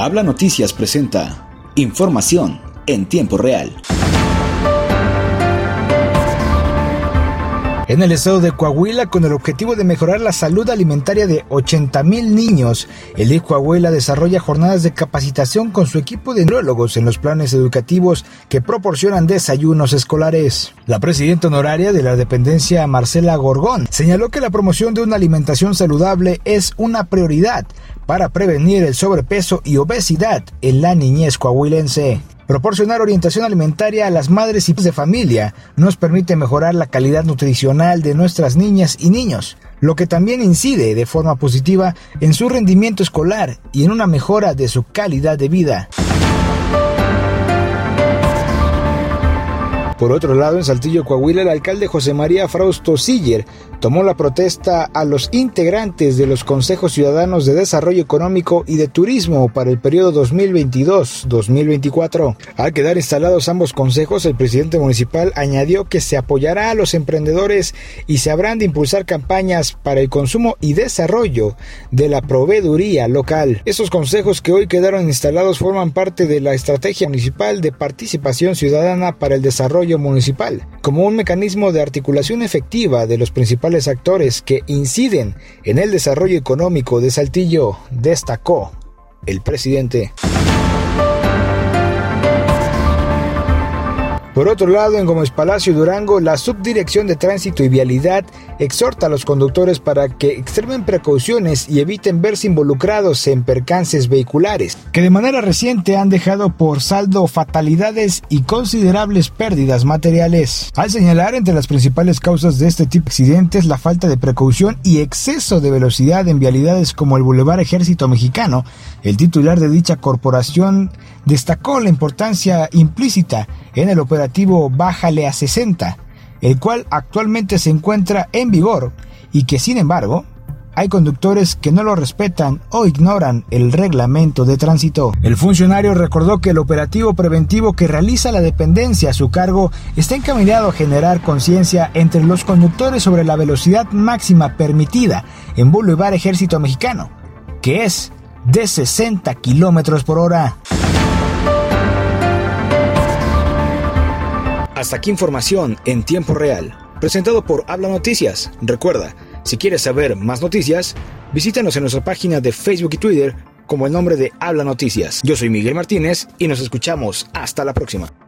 Habla Noticias presenta información en tiempo real. En el estado de Coahuila, con el objetivo de mejorar la salud alimentaria de 80,000 niños, el DIF Coahuila desarrolla jornadas de capacitación con su equipo de nutriólogos en los planes educativos que proporcionan desayunos escolares. La presidenta honoraria de la dependencia, Marcela Gorgón, señaló que la promoción de una alimentación saludable es una prioridad para prevenir el sobrepeso y obesidad en la niñez coahuilense. Proporcionar orientación alimentaria a las madres y padres de familia nos permite mejorar la calidad nutricional de nuestras niñas y niños, lo que también incide de forma positiva en su rendimiento escolar y en una mejora de su calidad de vida. Por otro lado, en Saltillo, Coahuila, el alcalde José María Frausto Siller tomó la protesta a los integrantes de los Consejos Ciudadanos de Desarrollo Económico y de Turismo para el periodo 2022-2024. Al quedar instalados ambos consejos, el presidente municipal añadió que se apoyará a los emprendedores y se habrán de impulsar campañas para el consumo y desarrollo de la proveeduría local. Estos consejos que hoy quedaron instalados forman parte de la estrategia municipal de participación ciudadana para el desarrollo municipal, como un mecanismo de articulación efectiva de los principales actores que inciden en el desarrollo económico de Saltillo, destacó el presidente. Por otro lado, en Gómez Palacio, Durango, la Subdirección de Tránsito y Vialidad exhorta a los conductores para que extremen precauciones y eviten verse involucrados en percances vehiculares, que de manera reciente han dejado por saldo fatalidades y considerables pérdidas materiales. Al señalar entre las principales causas de este tipo de accidentes la falta de precaución y exceso de velocidad en vialidades como el Boulevard Ejército Mexicano, el titular de dicha corporación destacó la importancia implícita en el operativo Bájale a 60, el cual actualmente se encuentra en vigor y que, sin embargo, hay conductores que no lo respetan o ignoran el reglamento de tránsito. El funcionario recordó que el operativo preventivo que realiza la dependencia a su cargo está encaminado a generar conciencia entre los conductores sobre la velocidad máxima permitida en Boulevard Ejército Mexicano, que es de 60 kilómetros por hora. Hasta aquí información en tiempo real, presentado por Habla Noticias. Recuerda, si quieres saber más noticias, visítanos en nuestra página de Facebook y Twitter como el nombre de Habla Noticias. Yo soy Miguel Martínez y nos escuchamos hasta la próxima.